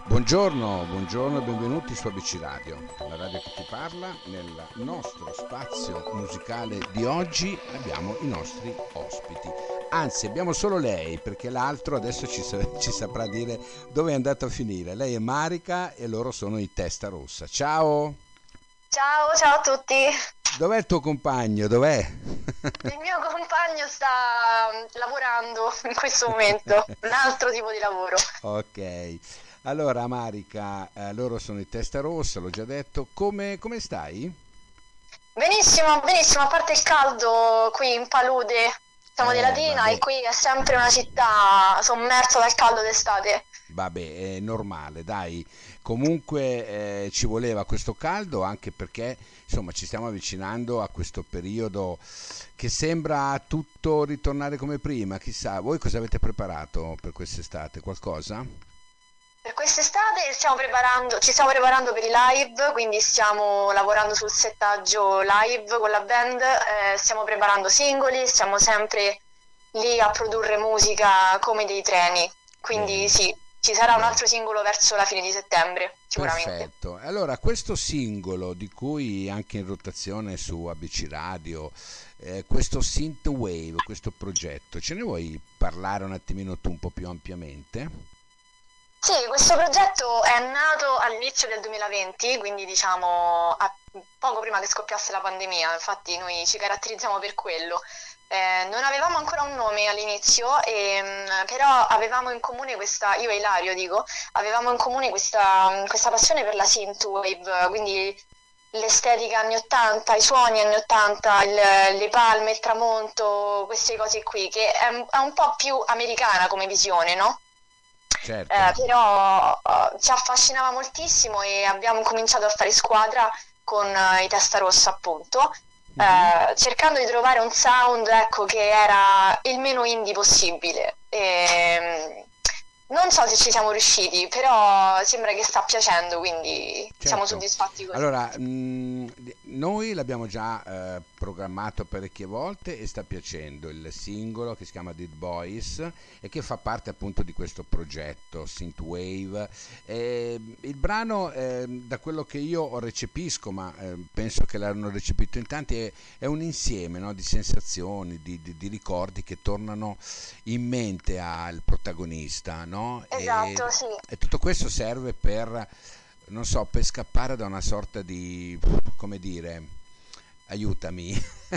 Buongiorno e benvenuti su ABC Radio, la radio che ti parla. Nel nostro spazio musicale di oggi abbiamo i nostri ospiti. Anzi, abbiamo solo lei, perché l'altro adesso ci saprà dire dove è andato a finire. Lei è Marica e loro sono i Testa Rossa. Ciao! Ciao a tutti. Dov'è il tuo compagno? Dov'è? Il mio compagno sta lavorando in questo momento, un altro tipo di lavoro. Ok. Allora, Marica, loro sono i Testa Rossa, l'ho già detto. Come stai? Benissimo, benissimo, a parte il caldo qui in palude, siamo di Latina e Vabbè. qui è sempre una città sommersa dal caldo d'estate. Vabbè, è normale, dai. Comunque ci voleva questo caldo anche perché insomma ci stiamo avvicinando a questo periodo che sembra tutto ritornare come prima. Chissà, voi cosa avete preparato per quest'estate? Qualcosa? Per quest'estate ci stiamo preparando per i live, quindi stiamo lavorando sul settaggio live con la band, stiamo preparando singoli, stiamo sempre lì a produrre musica come dei treni, quindi Bene, sì, ci sarà un bene. altro singolo verso la fine di settembre, sicuramente. Perfetto. Allora, questo singolo di cui anche in rotazione su ABC Radio, questo Synthwave, questo progetto, ce ne vuoi parlare un attimino tu un po' più ampiamente? Sì, questo progetto è nato all'inizio del 2020, quindi diciamo poco prima che scoppiasse la pandemia, infatti noi ci caratterizziamo per quello. Non avevamo ancora un nome all'inizio, però avevamo in comune io e Ilario dico, avevamo in comune questa passione per la synthwave, quindi l'estetica anni 80, i suoni anni 80, le palme, il tramonto, queste cose qui, che è un po' più americana come visione, no? Certo. Però ci affascinava moltissimo e abbiamo cominciato a fare squadra con i Testa Rossa, appunto, Mhm. cercando di trovare un sound, ecco, che era il meno indie possibile. Non so se ci siamo riusciti, però sembra che sta piacendo, quindi siamo Certo. soddisfatti così. Allora, noi l'abbiamo già programmato parecchie volte e sta piacendo il singolo che si chiama Dead Boys e che fa parte appunto di questo progetto Synthwave. Il brano, da quello che io recepisco, ma penso che l'hanno recepito in tanti, è un insieme, no, di sensazioni, di ricordi che tornano in mente al protagonista, no? Esatto, sì. E tutto questo serve per, non so, per scappare da una sorta di, come dire, aiutami.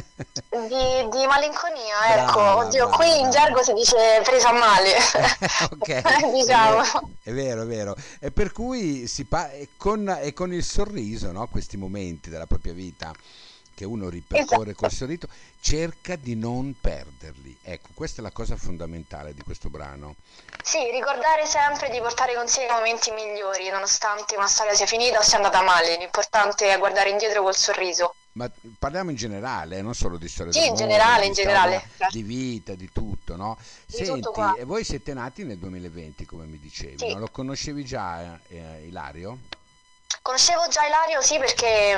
Di malinconia, ecco. Brava, Oddio, brava, qui in brava. gergo si dice presa a male, Ok, diciamo. è vero, è vero. E per cui è con il sorriso, no? Questi momenti della propria vita che uno ripercorre Esatto. col sorriso, cerca di non perderli. Ecco, questa è la cosa fondamentale di questo brano. Sì, ricordare sempre di portare con sé i momenti migliori, nonostante una storia sia finita o sia andata male. L'importante è guardare indietro col sorriso. Ma parliamo in generale, non solo di storia Sì, d'amore, in di storia generale, di certo. vita, di tutto, no? Di tutto Senti, e quanto. voi siete nati nel 2020, come mi dicevi, Sì. no? Lo conoscevi già, Ilario? Conoscevo già Ilario, sì, perché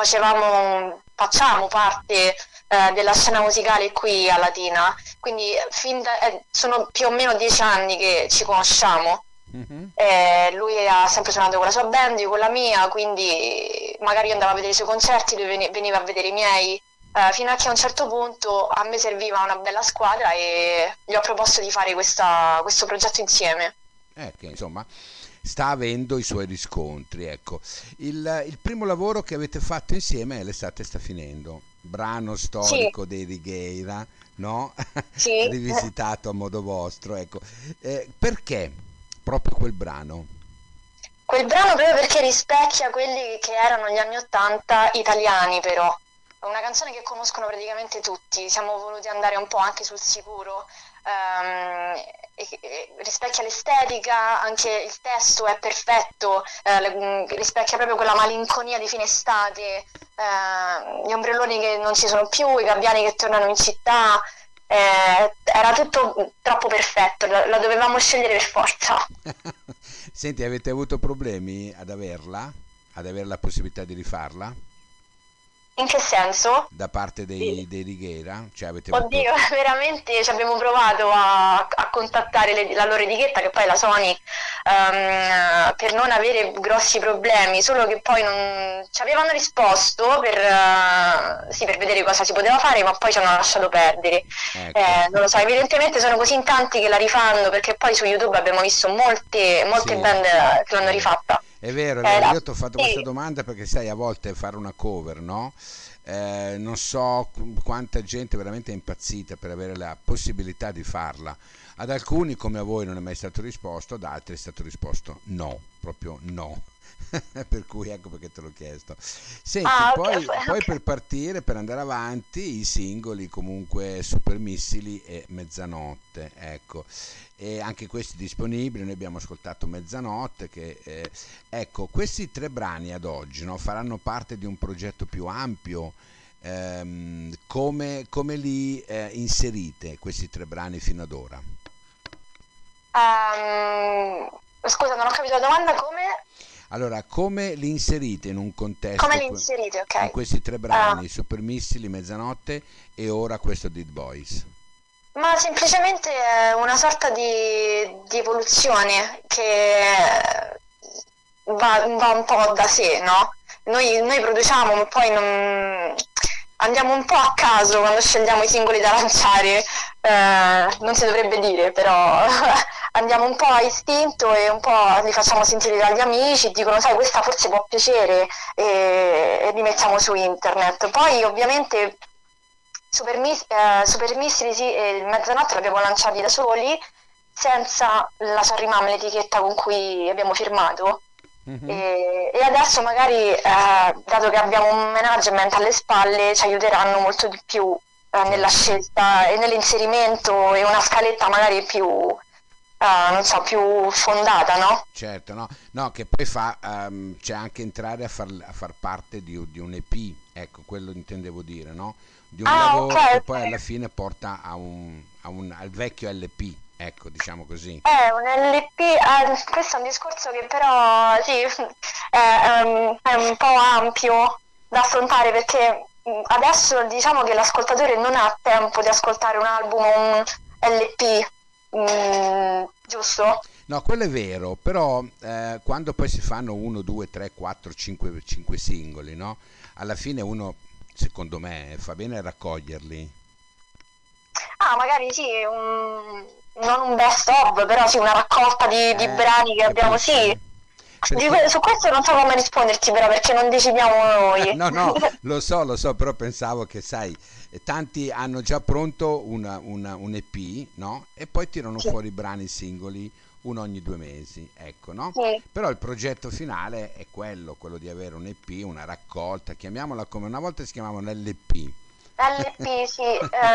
facciamo parte della scena musicale qui a Latina, quindi sono più o meno 10 anni che ci conosciamo. Mhm. Lui ha sempre suonato con la sua band, io con la mia, quindi magari io andavo a vedere i suoi concerti, lui veniva a vedere i miei, fino a che a un certo punto a me serviva una bella squadra e gli ho proposto di fare questo progetto insieme. Che insomma sta avendo i suoi riscontri, ecco. Il primo lavoro che avete fatto insieme è L'estate sta finendo, brano Sì, storico dei Righeira, no? sì. Rivisitato a modo vostro, ecco. Perché proprio quel brano? Quel brano proprio perché rispecchia quelli che erano gli anni '80 italiani però. È una canzone che conoscono praticamente tutti, siamo voluti andare un po' anche sul sicuro, rispecchia l'estetica, anche il testo è perfetto, rispecchia proprio quella malinconia di fine estate, gli ombrelloni che non ci sono più, i gabbiani che tornano in città, era tutto troppo perfetto, la dovevamo scegliere per forza. Senti, avete avuto problemi ad averla? Ad avere la possibilità di rifarla? In che senso? da parte Sì. dei Righiera? Cioè avete avuto... Oddio, veramente ci abbiamo provato a contattare la loro etichetta, che poi è la Sony, per non avere grossi problemi, solo che poi non ci avevano risposto sì, per vedere cosa si poteva fare, ma poi ci hanno lasciato perdere. Ecco. Non lo so, evidentemente sono così in tanti che la rifanno, perché poi su YouTube abbiamo visto molte Sì, band che l'hanno rifatta. è vero, io ti ho fatto questa Sì. domanda perché sai, a volte fare una cover, no? Non so quanta gente veramente è impazzita per avere la possibilità di farla. Ad alcuni, come a voi, non è mai stato risposto, ad altri è stato risposto no, proprio no. Per cui ecco perché te l'ho chiesto. Senti, Ah, ok, poi ok. per partire, per andare avanti, i singoli comunque Super Missili e Mezzanotte, ecco. E anche questi disponibili, noi abbiamo ascoltato Mezzanotte, che ecco, questi tre brani ad oggi, no, faranno parte di un progetto più ampio. Come li inserite questi tre brani fino ad ora? Ehm, Scusa, non ho capito la domanda, Allora, come li inserite in un come contesto, li inserite, in ok? questi tre Ah, brani, Super Missili, Mezzanotte e ora questo Dead Boys? ma semplicemente è una sorta di evoluzione che va un po' da sé, no? Noi produciamo, ma poi andiamo un po' a caso quando scegliamo i singoli da lanciare, non si dovrebbe dire, però andiamo un po' a istinto e un po' li facciamo sentire dagli amici, dicono sai questa forse può piacere e li mettiamo su internet. Poi ovviamente Super Missili sì, e il Mezzanotte l'abbiamo lanciati da soli, senza la Sorrimam, l'etichetta con cui abbiamo firmato. Mhm. E adesso magari, dato che abbiamo un management alle spalle, ci aiuteranno molto di più nella Certo. scelta e nell'inserimento e una scaletta magari più, non so, più fondata, no? Certo, no, no, che poi c'è anche entrare a far parte di un EP, ecco, quello intendevo dire, no? Di un Ah, ok, lavoro che ok. poi alla fine porta al vecchio LP, ecco, diciamo così. Un LP, questo è un discorso che però sì, è un po' ampio da affrontare perché adesso diciamo che l'ascoltatore non ha tempo di ascoltare un album o un LP, giusto? No, quello è vero, però quando poi si fanno 1, 2, 3, 4, 5 singoli, no? Alla fine uno, secondo me, fa bene a raccoglierli. Ah, magari sì, non un best of, però sì, una raccolta di brani che abbiamo, sì. Capisci? Perché Su questo non so come risponderti però perché non decidiamo noi. no, no, lo so, però pensavo che, sai, tanti hanno già pronto un EP, no? E poi tirano Sì, fuori brani singoli uno ogni 2 mesi, ecco, no? sì. Però il progetto finale è quello di avere un EP, una raccolta, chiamiamola come una volta si chiamavano LP. LP, sì.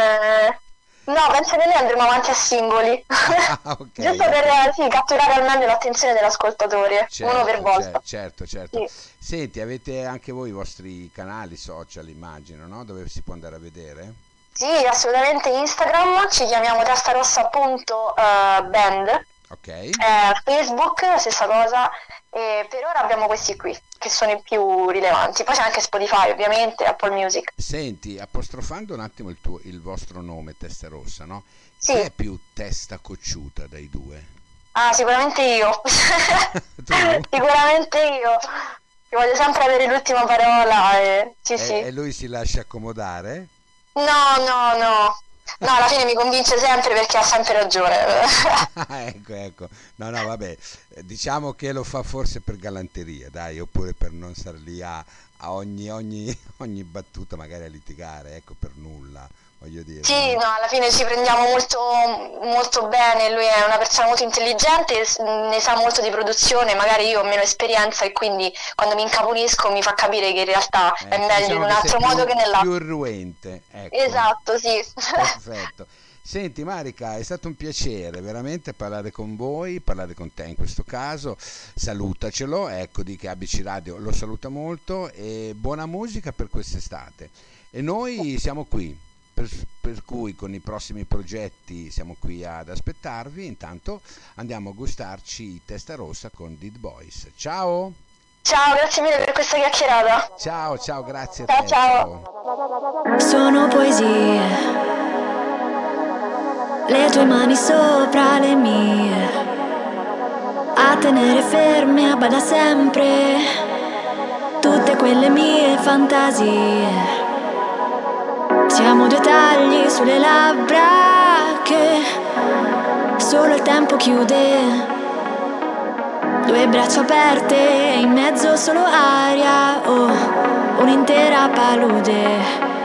No, penso che noi andremo avanti a singoli. Ah, ok, Giusto per ok. sì, catturare al meglio l'attenzione dell'ascoltatore, uno per volta. Certo, certo. Sì. Senti, avete anche voi i vostri canali social, immagino, no? Dove si può andare a vedere? Sì, assolutamente Instagram, ci chiamiamo testarossa.band, Ok. Facebook, stessa cosa, e per ora abbiamo questi qui, che sono i più rilevanti. Poi c'è anche Spotify, ovviamente, Apple Music. Senti, apostrofando un attimo il vostro nome, Testa Rossa, no? Chi Sì, è più testa cocciuta dai due? ah, sicuramente io. Tu? Sicuramente io. Io voglio sempre avere l'ultima parola sì, sì. E lui si lascia accomodare? No, no, no. No, alla fine mi convince sempre perché ha sempre ragione. Ecco, ecco. No, no, vabbè. Diciamo che lo fa forse per galanteria, dai, oppure per non stare lì a ogni battuta magari a litigare, ecco, per nulla, voglio dire, Sì, no? no, alla fine ci prendiamo molto bene, lui è una persona molto intelligente, ne sa molto di produzione, magari io ho meno esperienza e quindi quando mi incaponisco mi fa capire che in realtà è Ecco, meglio in diciamo un che sei altro modo che più nell'altro. irruente, ecco. Esatto, sì. Perfetto. Senti Marica, è stato un piacere veramente parlare con voi, parlare con te in questo caso. Salutacelo, ecco di che ABC Radio lo saluta molto e buona musica per quest'estate. E noi siamo qui, per cui con i prossimi progetti siamo qui ad aspettarvi. Intanto andiamo a gustarci Testa Rossa con Dead Boys. Ciao! Ciao, grazie mille per questa chiacchierata. Ciao, ciao, grazie a Ciao, te, ciao. ciao. Sono poesie, le tue mani sopra le mie, a tenere ferme a bada sempre tutte quelle mie fantasie. Siamo due tagli sulle labbra che solo il tempo chiude. Due braccia aperte e in mezzo solo aria, oh, un'intera palude.